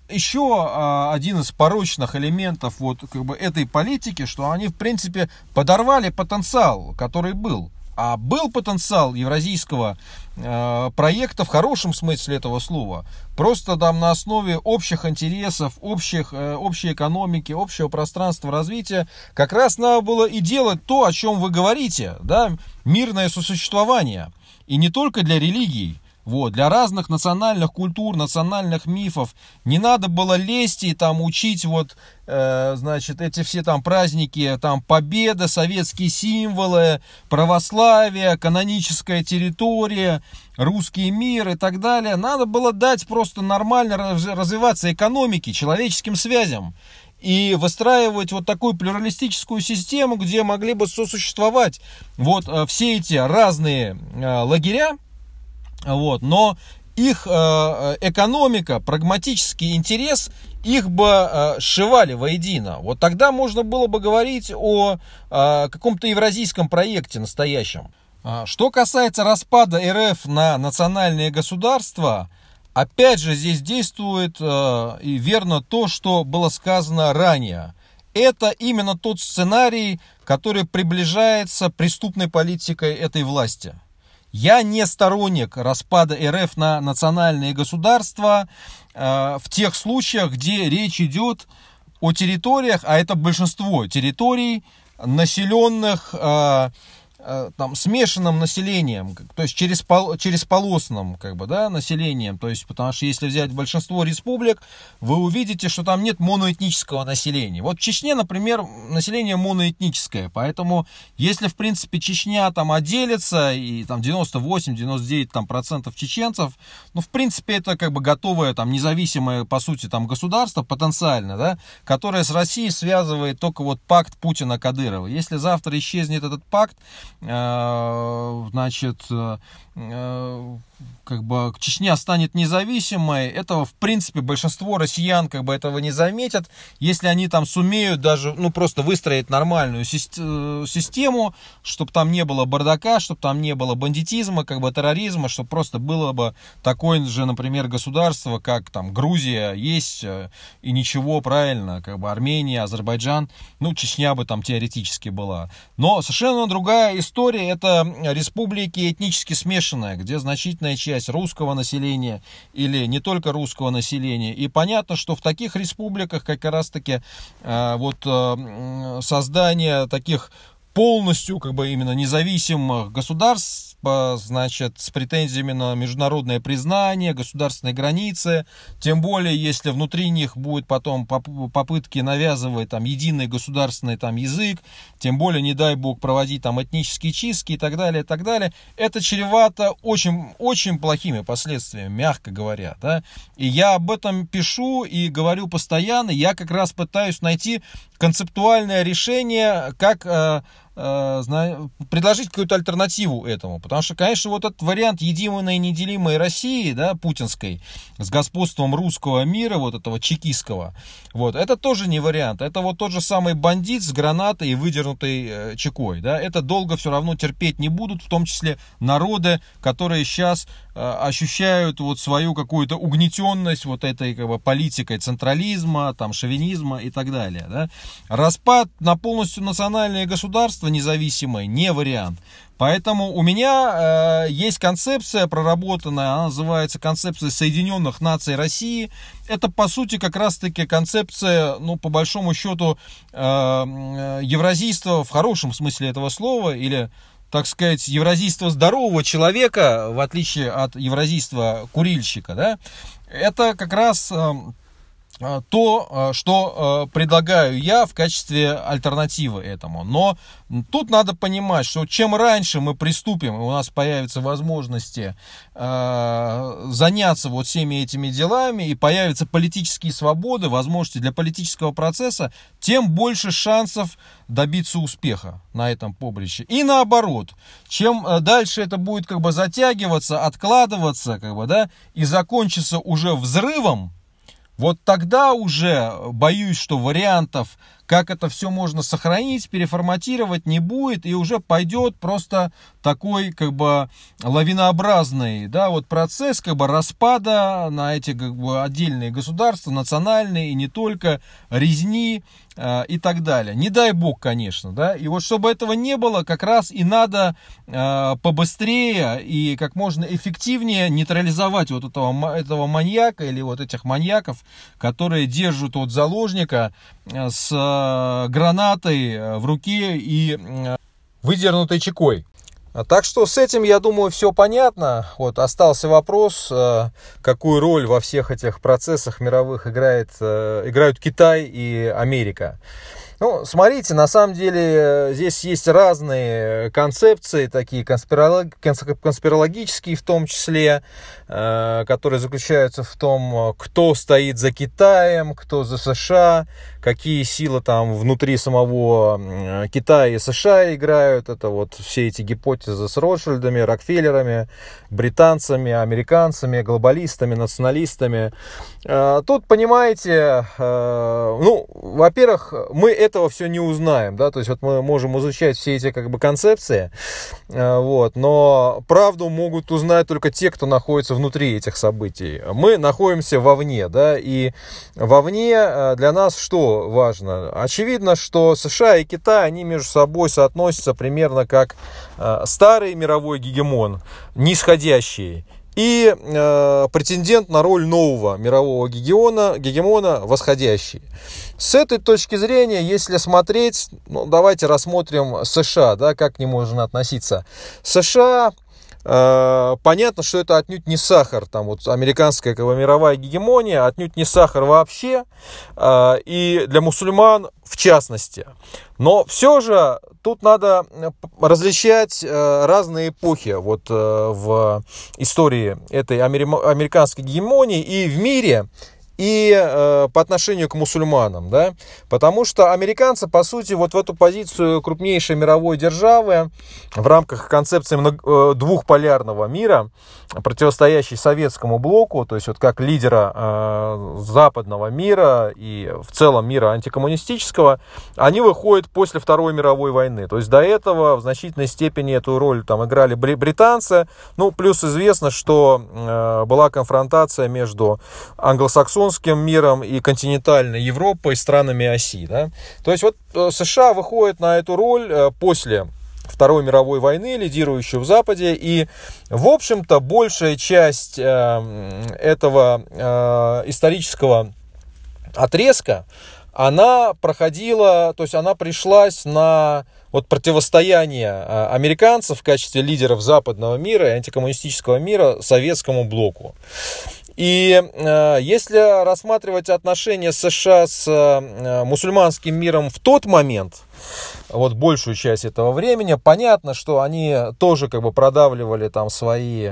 еще один из порочных элементов вот как бы этой политики, что они в принципе подорвали потенциал, который был. А был потенциал евразийского проекта в хорошем смысле этого слова. Просто там на основе общих интересов, общей экономики, общего пространства развития как раз надо было и делать то, о чем вы говорите, да, мирное сосуществование. И не только для религий. Вот, для разных национальных культур, национальных мифов не надо было лезть и там учить вот, значит, эти все там праздники, там победа, советские символы, православие, каноническая территория, русский мир и так далее. Надо было дать просто нормально развиваться экономике, человеческим связям и выстраивать вот такую плюралистическую систему, где могли бы сосуществовать вот все эти разные лагеря. Вот, но их экономика, прагматический интерес, их бы сшивали воедино. Вот тогда можно было бы говорить о каком-то евразийском проекте настоящем. Что касается распада РФ на национальные государства, опять же здесь действует и верно то, что было сказано ранее. Это именно тот сценарий, который приближается преступной политикой этой власти. Я не сторонник распада РФ на национальные государства в тех случаях, где речь идет о территориях, а это большинство территорий, населенных там, смешанным населением, то есть чересполосным как бы, да, населением. То есть, потому что если взять большинство республик, вы увидите, что там нет моноэтнического населения. Вот в Чечне, например, население моноэтническое. Поэтому, если, в принципе, Чечня там отделится, и там 98-99% чеченцев, ну, в принципе, это как бы готовое, там, независимое, по сути, там, государство потенциально, да, которое с Россией связывает только вот пакт Путина-Кадырова. Если завтра исчезнет этот пакт, значит, как бы Чечня станет независимой, этого, в принципе, большинство россиян как бы этого не заметят, если они там сумеют даже, ну, просто выстроить нормальную систему, чтобы там не было бардака, чтобы там не было бандитизма, как бы терроризма, чтобы просто было бы такое же, например, государство, как там Грузия есть, и ничего, правильно, как бы Армения, Азербайджан, ну, Чечня бы там теоретически была. Но совершенно другая история, это республики этнически смешанные, где значительная часть русского населения или не только русского населения. И понятно, что в таких республиках как раз-таки вот создание таких полностью как бы именно независимых государств, значит, с претензиями на международное признание, государственные границы, тем более, если внутри них будет потом попытки навязывать там единый государственный там язык, тем более, не дай бог, проводить там этнические чистки и так далее, это чревато очень, очень плохими последствиями, мягко говоря, да, и я об этом пишу и говорю постоянно, я как раз пытаюсь найти концептуальное решение, как предложить какую-то альтернативу этому. Потому что, конечно, вот этот вариант единой и неделимой России, да, путинской, с господством русского мира, вот этого чекистского, вот, это тоже не вариант. Это вот тот же самый бандит с гранатой и выдернутой чекой, да, это долго все равно терпеть не будут, в том числе народы, которые сейчас ощущают вот свою какую-то угнетенность вот этой как бы политикой централизма, там, шовинизма и так далее, да. Распад на полностью национальное государство независимое не вариант. Поэтому у меня есть концепция проработанная, она называется концепция Соединенных Наций России. Это, по сути, как раз-таки концепция, ну, по большому счету, евразийства в хорошем смысле этого слова, или, так сказать, евразийство здорового человека, в отличие от евразийства курильщика, да. Это как раз то, что предлагаю я в качестве альтернативы этому. Но тут надо понимать, что чем раньше мы приступим, и у нас появятся возможности заняться вот всеми этими делами, и появятся политические свободы, возможности для политического процесса, тем больше шансов добиться успеха на этом поприще. И наоборот, чем дальше это будет как бы затягиваться, откладываться, как бы, да, и закончится уже взрывом, вот тогда уже боюсь, что вариантов, как это все можно сохранить, переформатировать не будет, и уже пойдет просто такой как бы лавинообразный, да, вот процесс как бы распада на эти как бы отдельные государства, национальные и не только, резни и так далее. Не дай бог, конечно, да, и вот чтобы этого не было, как раз и надо побыстрее и как можно эффективнее нейтрализовать вот этого маньяка или вот этих маньяков, которые держат вот заложника с гранатой в руке и выдернутой чекой. Так что с этим, я думаю, все понятно. Вот остался вопрос, какую роль во всех этих процессах мировых играют Китай и Америка. Ну, смотрите, на самом деле здесь есть разные концепции, такие конспирологические в том числе, которые заключаются в том, кто стоит за Китаем, кто за США, какие силы там внутри самого Китая и США играют. Это вот все эти гипотезы с Ротшильдами, Рокфеллерами, британцами, американцами, глобалистами, националистами. Тут, понимаете, ну, во-первых, мы этого все не узнаем, да, то есть вот мы можем изучать все эти как бы концепции, вот, но правду могут узнать только те, кто находится внутри этих событий. Мы находимся вовне, да, и вовне для нас что важно? Очевидно, что США и Китай, они между собой соотносятся примерно как старый мировой гегемон, нисходящий, и претендент на роль нового мирового гегемона восходящий. С этой точки зрения, если смотреть, ну, давайте рассмотрим США, да, как к нему можно относиться. США, понятно, что это отнюдь не сахар, там вот американская как бы мировая гегемония, отнюдь не сахар вообще, и для мусульман в частности. Но все же тут надо различать разные эпохи вот в истории этой американской гегемонии и в мире, и по отношению к мусульманам, да, потому что американцы, по сути, вот в эту позицию крупнейшей мировой державы в рамках концепции двухполярного мира, противостоящей советскому блоку, то есть вот как лидера западного мира и в целом мира антикоммунистического, они выходят после Второй мировой войны. То есть до этого в значительной степени эту роль там играли британцы, ну, плюс известно, что была конфронтация между англосаксонским миром и континентальной Европой, странами оси, да? То есть вот США выходит на эту роль после Второй мировой войны, лидирующую в Западе, и, в общем-то, большая часть этого исторического отрезка, она проходила, то есть она пришлась на вот противостояние американцев в качестве лидеров западного мира и антикоммунистического мира советскому блоку. И если рассматривать отношения США с мусульманским миром в тот момент, вот большую часть этого времени, понятно, что они тоже как бы продавливали там свои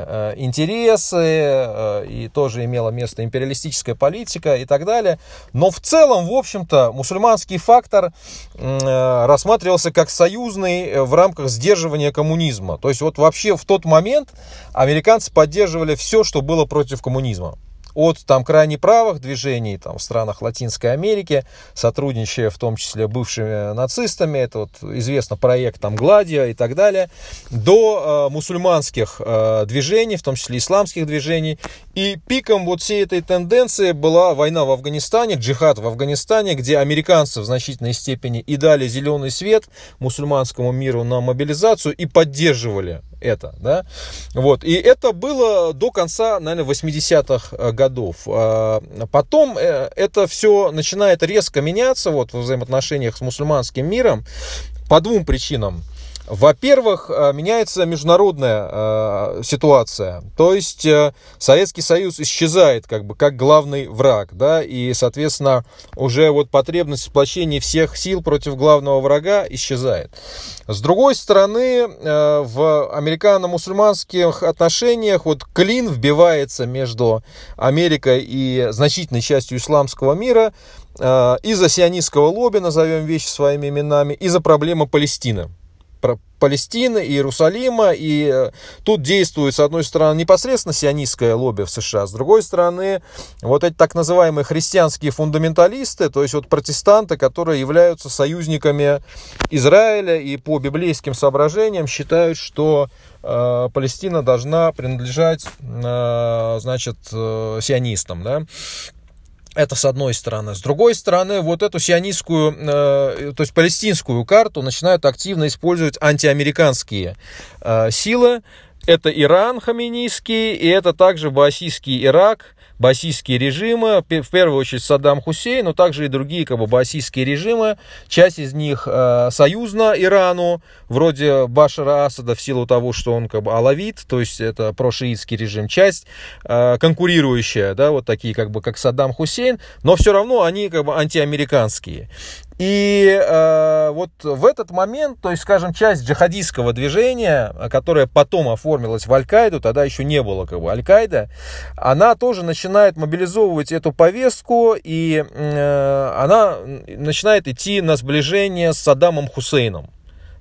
интересы, и тоже имела место империалистическая политика и так далее. Но в целом, в общем-то, мусульманский фактор рассматривался как союзный в рамках сдерживания коммунизма. То есть вот вообще в тот момент американцы поддерживали все, что было против коммунизма. От там крайне правых движений там, в странах Латинской Америки, сотрудничая в том числе бывшими нацистами, это вот известно проект там Гладио и так далее, до мусульманских движений, в том числе исламских движений. И пиком вот всей этой тенденции была война в Афганистане, джихад в Афганистане, где американцы в значительной степени и дали зеленый свет мусульманскому миру на мобилизацию и поддерживали это, да, вот, и это было до конца, наверное, 80-х годов. Потом это все начинает резко меняться, вот, в взаимоотношениях с мусульманским миром по двум причинам. Во-первых, меняется международная ситуация, то есть Советский Союз исчезает как главный враг, да, и, соответственно, уже вот потребность в сплочении всех сил против главного врага исчезает. С другой стороны, в американо-мусульманских отношениях вот клин вбивается между Америкой и значительной частью исламского мира из-за сионистского лобби, назовем вещи своими именами, из-за проблемы Палестины. Палестины, Иерусалима, и тут действует, с одной стороны, непосредственно сионистское лобби в США, с другой стороны, вот эти так называемые христианские фундаменталисты, то есть вот протестанты, которые являются союзниками Израиля и по библейским соображениям считают, что Палестина должна принадлежать, значит, сионистам, да. Это с одной стороны. С другой стороны, вот эту сионистскую, то есть палестинскую карту начинают активно использовать антиамериканские силы. Это Иран хаминийский, и это также баасистский Ирак, баасистские режимы, в первую очередь Саддам Хусейн, но также и другие баасистские режимы. Часть из них союзна Ирану, вроде Башара Асада, в силу того, что он алавит, то есть это прошиитский режим. Часть конкурирующая, да, вот такие как Саддам Хусейн, но все равно они антиамериканские. И вот в этот момент, то есть, скажем, часть джихадистского движения, которая потом оформилась в Аль-Каиду, тогда еще не было Аль-Каида, она тоже начинает мобилизовывать эту повестку, и она начинает идти на сближение с Саддамом Хусейном.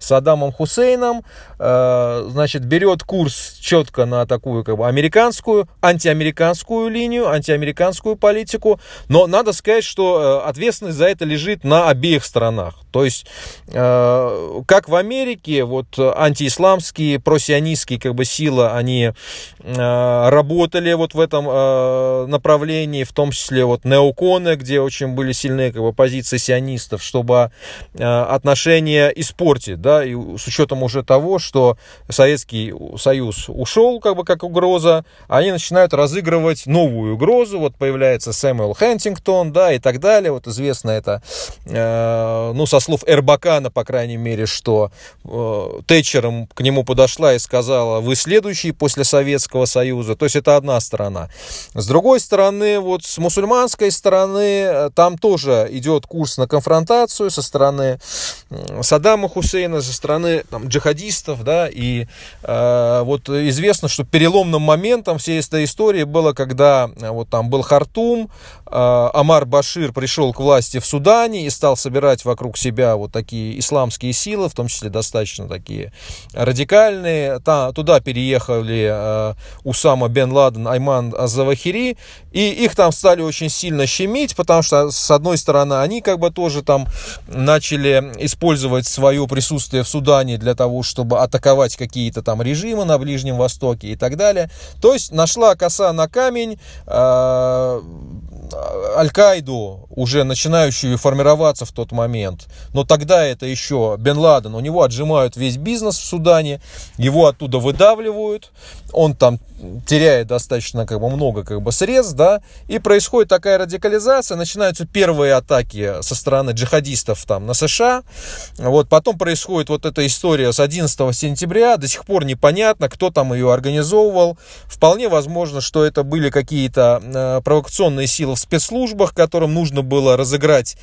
Значит, берет курс четко на такую американскую, антиамериканскую линию, антиамериканскую политику, но надо сказать, что ответственность за это лежит на обеих сторонах. То есть, как в Америке, вот антиисламские, просионистские силы, они работали вот в этом направлении, в том числе вот неоконы, где очень были сильные позиции сионистов, чтобы отношения испортить, да, и с учетом уже того, что Советский Союз ушел как угроза, они начинают разыгрывать новую угрозу, вот появляется Сэмюэл Хантингтон, да, и так далее, вот известно это, со слов Эрбакана, по крайней мере, что Тэтчер к нему подошла и сказала: вы следующий после Советского Союза, то есть это одна сторона. С другой стороны, вот с мусульманской стороны, там тоже идет курс на конфронтацию со стороны Саддама Хусейна, со стороны джихадистов, да, и вот известно, что переломным моментом всей этой истории было, когда вот там был Хартум, Омар Башир пришел к власти в Судане и стал собирать вокруг себя вот такие исламские силы, в том числе достаточно такие радикальные. Туда переехали Усама бен Ладен, Айман аз-Завахири, и их там стали очень сильно щемить, потому что, с одной стороны, они тоже там начали использовать свое присутствие в Судане для того, чтобы атаковать какие-то там режимы на Ближнем Востоке и так далее. То есть нашла коса на камень. Аль-Каиду, уже начинающую формироваться в тот момент, но тогда это еще Бен Ладен, у него отжимают весь бизнес в Судане, его оттуда выдавливают, он там теряет достаточно много средств, да, и происходит такая радикализация, начинаются первые атаки со стороны джихадистов там на США, вот, потом происходит вот эта история с 11 сентября, до сих пор непонятно, кто там ее организовывал, вполне возможно, что это были какие-то провокационные силы в спецслужбах, которым нужно было разыграть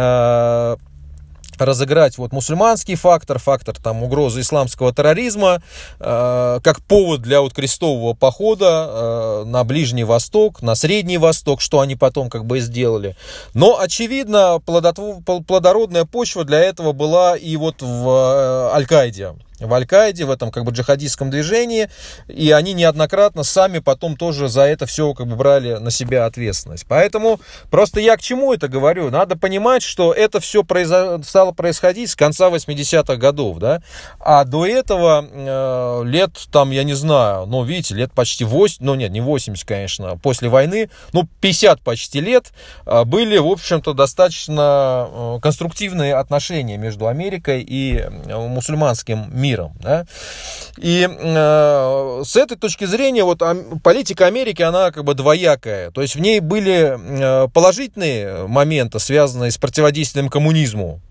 вот мусульманский фактор там угрозы исламского терроризма, как повод для вот крестового похода на Ближний Восток, на Средний Восток, что они потом и сделали. Но, очевидно, плодородная почва для этого была и вот в Аль-Каиде. В Аль-Каиде, в этом джихадистском движении, и они неоднократно сами потом тоже за это все брали на себя ответственность. Поэтому просто я к чему это говорю? Надо понимать, что это все стало происходить с конца 80-х годов, да, а до этого лет там, я не знаю, видите, лет почти 80, не 80, конечно, после войны, 50 почти лет были, в общем-то, достаточно конструктивные отношения между Америкой и мусульманским миром. Да? И с этой точки зрения вот политика Америки, она двоякая. То есть в ней были положительные моменты, связанные с противодействием коммунизму.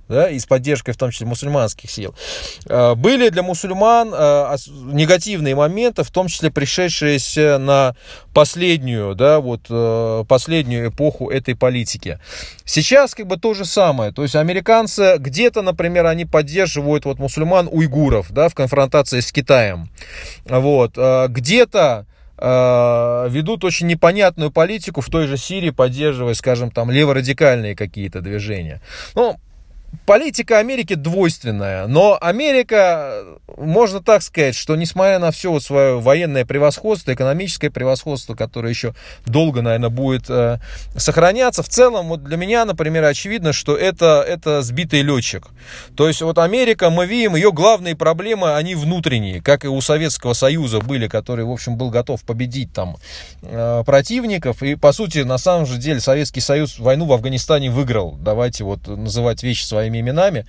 да, и с поддержкой в том числе мусульманских сил, были для мусульман негативные моменты, в том числе пришедшиеся на последнюю, да, вот, последнюю эпоху этой политики. Сейчас как бы то же самое, то есть американцы где-то, например, они поддерживают вот мусульман-уйгуров, да, в конфронтации с Китаем, вот, где-то ведут очень непонятную политику в той же Сирии, поддерживая, скажем, там леворадикальные какие-то движения. Ну, политика Америки двойственная, но Америка, можно так сказать, что несмотря на все свое военное превосходство, экономическое превосходство, которое еще долго, наверное, будет сохраняться, в целом, вот для меня, например, очевидно, что это сбитый летчик. То есть вот Америка, мы видим, ее главные проблемы, они внутренние, как и у Советского Союза были, который, в общем, был готов победить там противников, и, по сути, на самом же деле, Советский Союз войну в Афганистане выиграл, давайте вот называть вещи своими именами,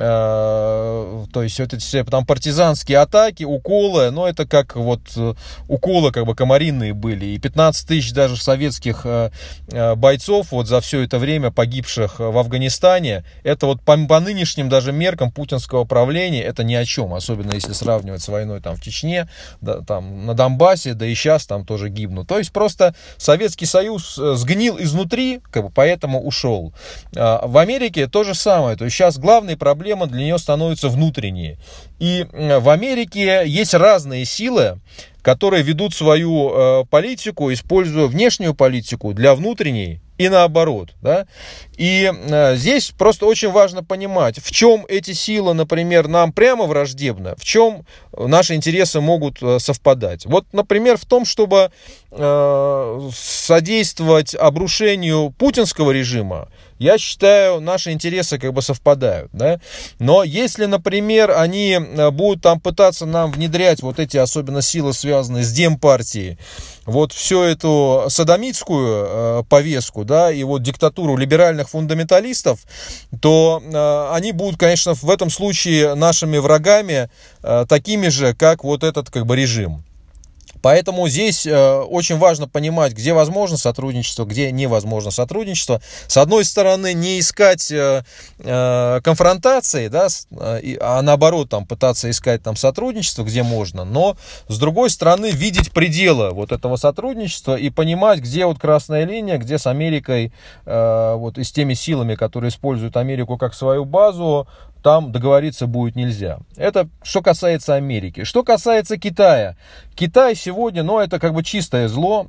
то есть вот эти все там партизанские атаки, уколы, но это как вот уколы как бы комаринные были, и 15 тысяч даже советских бойцов вот за все это время погибших в Афганистане, это вот по нынешним даже меркам путинского правления это ни о чем, особенно если сравнивать с войной там в Чечне, да, там на Донбассе, да и сейчас там тоже гибнут, то есть просто Советский Союз сгнил изнутри, как бы поэтому ушел. В Америке то же самое. То есть сейчас главной проблемой для нее становятся внутренние. И в Америке есть разные силы, которые ведут свою политику, используя внешнюю политику для внутренней и наоборот. Да? И здесь просто очень важно понимать, в чем эти силы, например, нам прямо враждебны, в чем наши интересы могут совпадать. Вот, например, в том, чтобы содействовать обрушению путинского режима, я считаю, наши интересы как бы совпадают, да? Но если, например, они будут там пытаться нам внедрять вот эти особенно силы, связанные с Демпартией, вот всю эту содомитскую повестку, да, и вот диктатуру либеральных фундаменталистов, то они будут, конечно, в этом случае нашими врагами, такими же, как вот этот как бы режим. Поэтому здесь очень важно понимать, где возможно сотрудничество, где невозможно сотрудничество. С одной стороны, не искать конфронтации, да, а наоборот там, пытаться искать там, сотрудничество, где можно, но с другой стороны видеть пределы вот этого сотрудничества и понимать, где вот красная линия, где с Америкой вот, и с теми силами, которые используют Америку как свою базу, там договориться будет нельзя. Это что касается Америки. Что касается Китая. Китай сегодня, ну, это как бы чистое зло.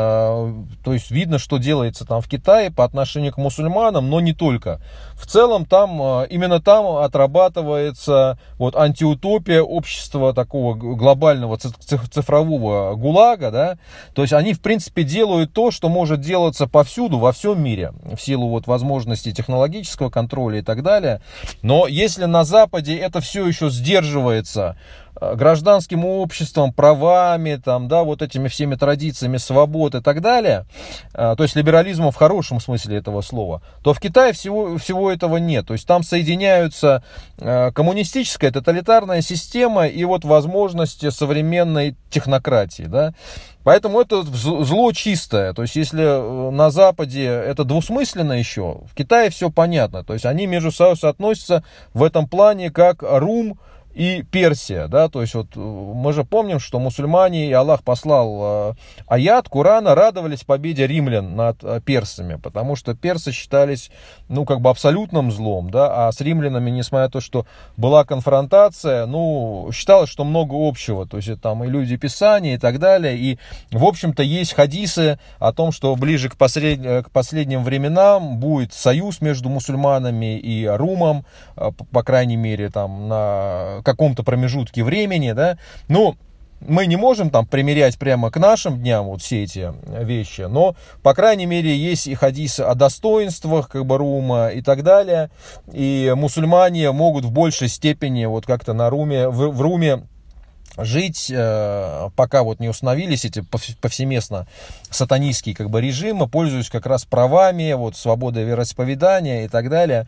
То есть видно, что делается там в Китае по отношению к мусульманам, но не только. В целом там, именно там отрабатывается вот антиутопия общества такого глобального цифрового ГУЛАГа, да. То есть они, в принципе, делают то, что может делаться повсюду, во всем мире, в силу вот возможностей технологического контроля и так далее. Но если на Западе это все еще сдерживается гражданским обществом, правами, там, да, вот этими всеми традициями свобод и так далее, то есть либерализмом в хорошем смысле этого слова, то в Китае всего этого нет. То есть там соединяются коммунистическая, тоталитарная система и вот возможности современной технократии, да. Поэтому это зло чистое. То есть если на Западе это двусмысленно еще, в Китае все понятно. То есть они между собой соотносятся в этом плане как Рум и Персия, да, то есть вот мы же помним, что мусульмане, и Аллах послал аят Корана, радовались победе римлян над персами, потому что персы считались, ну, как бы абсолютным злом, да, а с римлянами, несмотря на то, что была конфронтация, ну, считалось, что много общего, то есть это там и люди Писания и так далее, и, в общем-то, есть хадисы о том, что ближе к последним временам будет союз между мусульманами и Румом, по крайней мере, там, на каком-то промежутке времени, да, ну, мы не можем там примерять прямо к нашим дням вот все эти вещи, но, по крайней мере, есть и хадисы о достоинствах, как бы, Рума и так далее, и мусульмане могут в большей степени вот как-то на Руме, в Руме жить, пока вот не установились эти повсеместно сатанистские как бы режимы, пользуясь как раз правами, вот, свободой вероисповедания и так далее,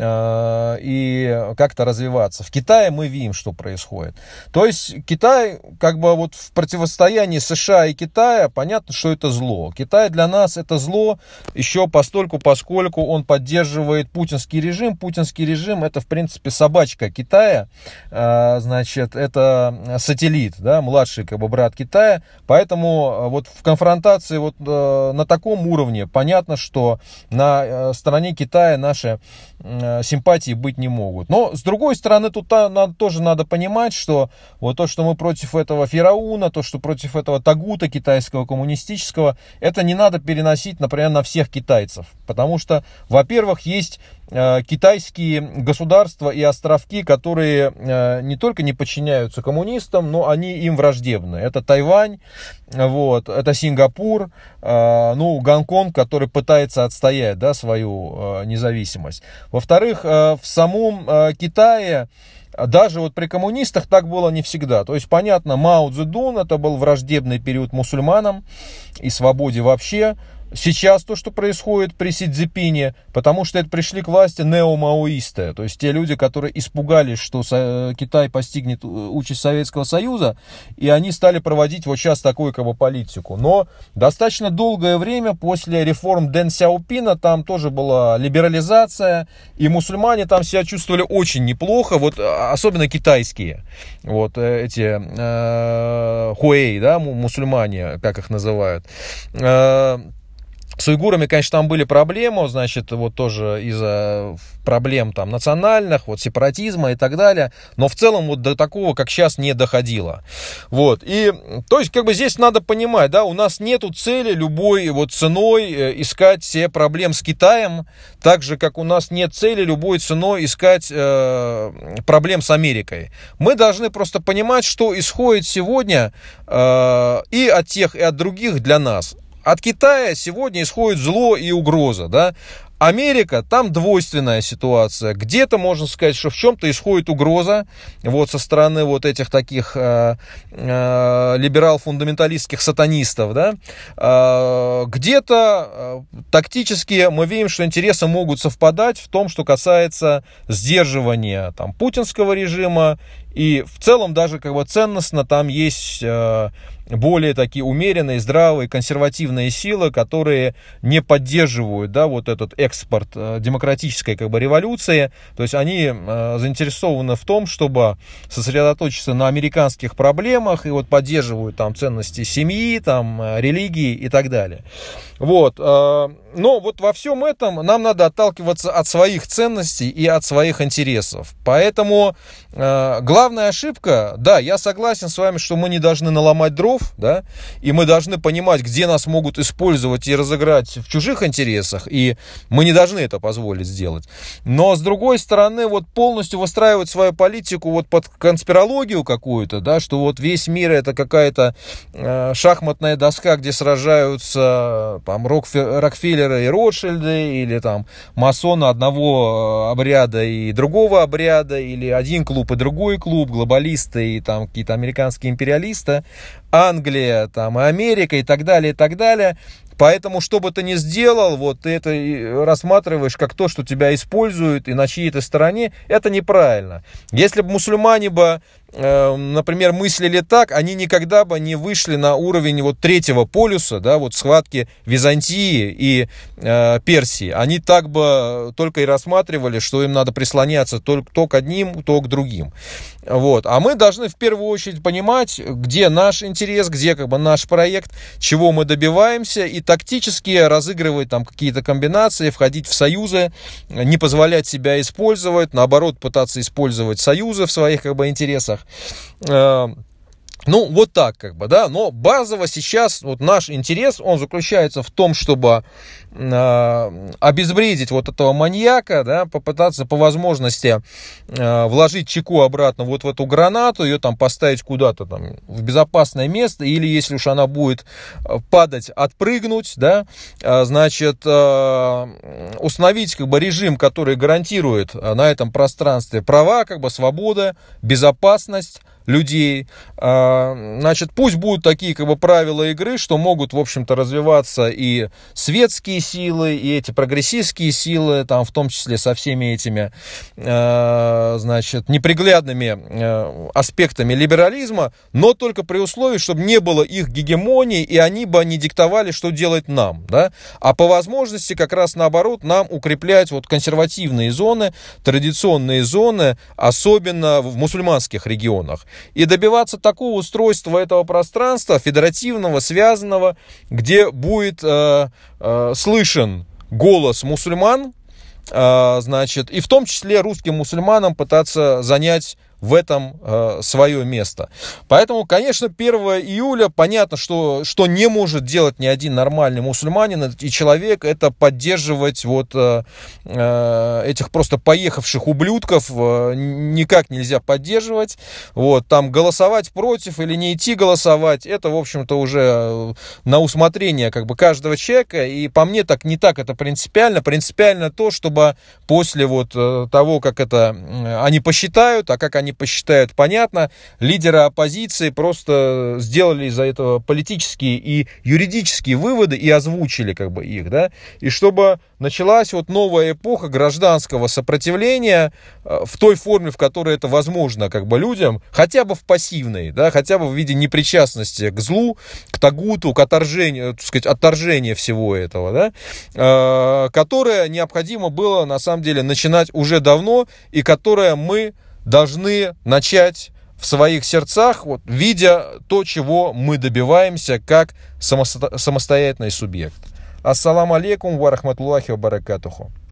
и как-то развиваться. В Китае мы видим, что происходит. То есть Китай, как бы вот в противостоянии США и Китая, понятно, что это зло. Китай для нас это зло еще постольку, поскольку он поддерживает путинский режим. Путинский режим это, в принципе, собачка Китая, значит, это сателлит, да, младший как бы брат Китая, поэтому вот в конфронтации вот на таком уровне понятно, что на стороне Китая наши симпатии быть не могут. Но с другой стороны, тут тоже надо понимать, что вот то, что мы против этого фараона, то, что против этого тагута китайского коммунистического, это не надо переносить, например, на всех китайцев, потому что, во-первых, есть китайские государства и островки, которые не только не подчиняются коммунистам, но они им враждебны. Это Тайвань, вот, это Сингапур, ну, Гонконг, который пытается отстоять, да, свою независимость. Во-вторых, в самом Китае даже вот при коммунистах так было не всегда. То есть, понятно, Мао Цзэдун, это был враждебный период мусульманам и свободе вообще. Сейчас то, что происходит при Си Цзиньпине, потому что это пришли к власти неомаоисты, то есть те люди, которые испугались, что Китай постигнет участь Советского Союза, и они стали проводить вот сейчас такую как бы политику. Но достаточно долгое время после реформ Дэн Сяопина там тоже была либерализация, и мусульмане там себя чувствовали очень неплохо, вот особенно китайские, вот эти хуэй, да, мусульмане, как их называют. С уйгурами, конечно, там были проблемы, значит, вот тоже из-за проблем там национальных, вот сепаратизма и так далее, но в целом вот до такого, как сейчас, не доходило. Вот, и, то есть, как бы здесь надо понимать, да, у нас нету цели любой вот ценой искать все проблем с Китаем, так же, как у нас нет цели любой ценой искать проблем с Америкой. Мы должны просто понимать, что исходит сегодня и от тех, и от других для нас. От Китая сегодня исходит зло и угроза, да. Америка, там двойственная ситуация. Где-то можно сказать, что в чем-то исходит угроза вот со стороны вот этих таких либерал-фундаменталистских сатанистов, да. Где-то тактически мы видим, что интересы могут совпадать в том, что касается сдерживания там путинского режима, и в целом даже как бы ценностно там есть более такие умеренные, здравые, консервативные силы, которые не поддерживают, да, вот этот экспорт демократической как бы революции. То есть они заинтересованы в том, чтобы сосредоточиться на американских проблемах и вот поддерживают там ценности семьи, там религии и так далее. Вот. Но вот во всем этом нам надо отталкиваться от своих ценностей и от своих интересов. Поэтому главная ошибка, да, я согласен с вами, что мы не должны наломать дров, да, и мы должны понимать, где нас могут использовать и разыграть в чужих интересах, и мы не должны это позволить сделать. Но с другой стороны, вот полностью выстраивать свою политику вот под конспирологию какую-то, да, что вот весь мир это какая-то шахматная доска, где сражаются там Рокфеллеры и Ротшильды, или там масоны одного обряда и другого обряда, или один клуб и другой клуб, глобалисты и там какие-то американские империалисты, Англия, там, и Америка и так далее, и так далее. Поэтому, что бы ты ни сделал, вот ты это рассматриваешь как то, что тебя используют и на чьей-то стороне, это неправильно. Если бы мусульмане бы, например, мыслили так, они никогда бы не вышли на уровень вот третьего полюса, да, вот схватки Византии и Персии. Они так бы только и рассматривали, что им надо прислоняться то к одним, то к другим. Вот. А мы должны в первую очередь понимать, где наш интерес, где как бы наш проект, чего мы добиваемся, и тактически разыгрывать там какие-то комбинации, входить в союзы, не позволять себя использовать, наоборот, пытаться использовать союзы в своих как бы интересах. Ну, вот так, как бы, да, но базово сейчас вот наш интерес, он заключается в том, чтобы обезвредить вот этого маньяка, да, попытаться по возможности вложить чеку обратно вот в эту гранату, ее там поставить куда-то там в безопасное место, или если уж она будет падать, отпрыгнуть, да, значит, установить как бы режим, который гарантирует на этом пространстве права, как бы свобода, безопасность, людей. Значит, пусть будут такие как бы правила игры, что могут, в общем-то, развиваться и светские силы, и эти прогрессистские силы, там, в том числе со всеми этими, значит, неприглядными аспектами либерализма, но только при условии, чтобы не было их гегемонии, и они бы не диктовали, что делать нам, да, а по возможности как раз наоборот нам укреплять вот консервативные зоны, традиционные зоны, особенно в мусульманских регионах, и добиваться такого устройства этого пространства, федеративного, связанного, где будет слышен голос мусульман, значит, и в том числе русским мусульманам пытаться занять в этом свое место. Поэтому, конечно, 1 июля понятно, что не может делать ни один нормальный мусульманин и человек, это поддерживать вот этих просто поехавших ублюдков никак нельзя поддерживать. Вот, там голосовать против или не идти голосовать, это, в общем-то, уже на усмотрение как бы каждого человека, и по мне так не так это принципиально. Принципиально то, чтобы после вот того, как это они посчитают, а как они посчитают, понятно, лидеры оппозиции просто сделали из-за этого политические и юридические выводы и озвучили как бы их, да, и чтобы началась вот новая эпоха гражданского сопротивления в той форме, в которой это возможно как бы людям, хотя бы в пассивной, да, хотя бы в виде непричастности к злу, к тагуту, к отторжению, так сказать, отторжения всего этого, да, которое необходимо было на самом деле начинать уже давно и которое мы должны начать в своих сердцах, вот, видя то, чего мы добиваемся как самостоятельный субъект. Ассаламу алейкум ва рахматуллахи ва баракатуху.